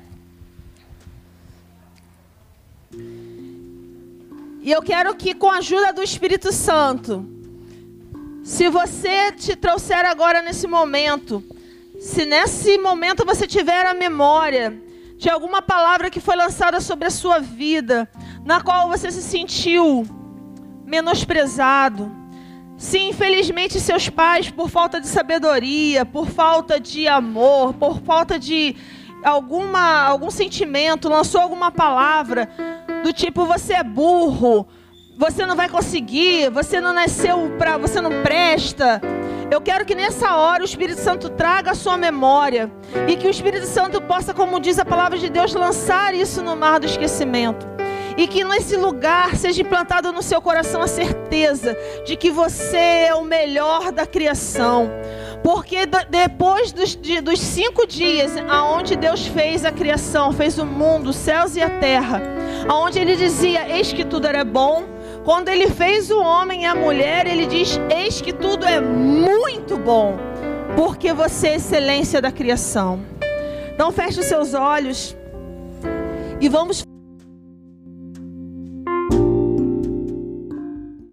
E eu quero que, com a ajuda do Espírito Santo, se você te trouxer agora nesse momento, se nesse momento você tiver a memória de alguma palavra que foi lançada sobre a sua vida, na qual você se sentiu menosprezado. Se infelizmente seus pais, por falta de sabedoria, por falta de amor, por falta de algum sentimento, lançou alguma palavra do tipo: você é burro, você não vai conseguir, você não nasceu para, você não presta. Eu quero que nessa hora o Espírito Santo traga a sua memória e que o Espírito Santo possa, como diz a palavra de Deus, lançar isso no mar do esquecimento. E que nesse lugar seja implantada no seu coração a certeza de que você é o melhor da criação. Porque depois dos 5 dias aonde Deus fez a criação, fez o mundo, os céus e a terra, aonde Ele dizia: eis que tudo era bom. Quando Ele fez o homem e a mulher, Ele diz: eis que tudo é muito bom, porque você é a excelência da criação. Então feche os seus olhos e vamos